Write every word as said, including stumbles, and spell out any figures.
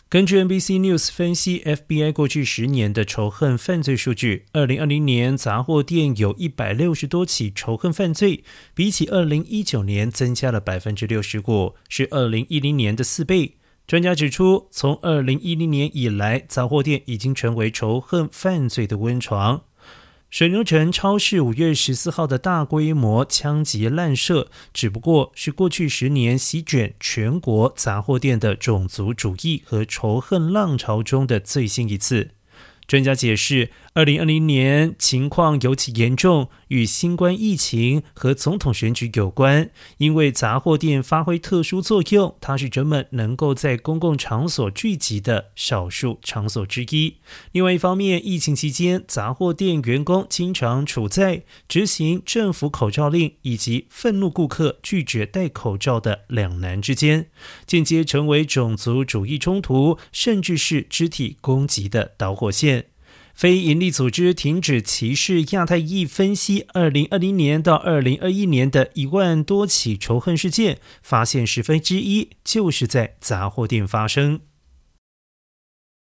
根据 N B C News 分析 F B I 过去十年的仇恨犯罪数据，二零二零年杂货店有一百六十多起仇恨犯罪，比起二零一九年增加了 百分之六十五， 是二零一零年的四倍。专家指出，从二零一零年以来，杂货店已经成为仇恨犯罪的温床。水牛城超市五月十四号的大规模枪击滥射，只不过是过去十年席卷全国杂货店的种族主义和仇恨浪潮中的最新一次。专家解释，二零二零年情况尤其严重，与新冠疫情和总统选举有关。因为杂货店发挥特殊作用，它是人们能够在公共场所聚集的少数场所之一。另外一方面，疫情期间，杂货店员工经常处在执行政府口罩令以及愤怒顾客拒绝戴口罩的两难之间，间接成为种族主义冲突，甚至是肢体攻击的导火线。非营利组织停止歧视亚太裔分析二零二零年到二零二一年的一万多起仇恨事件，发现十分之一就是在杂货店发生。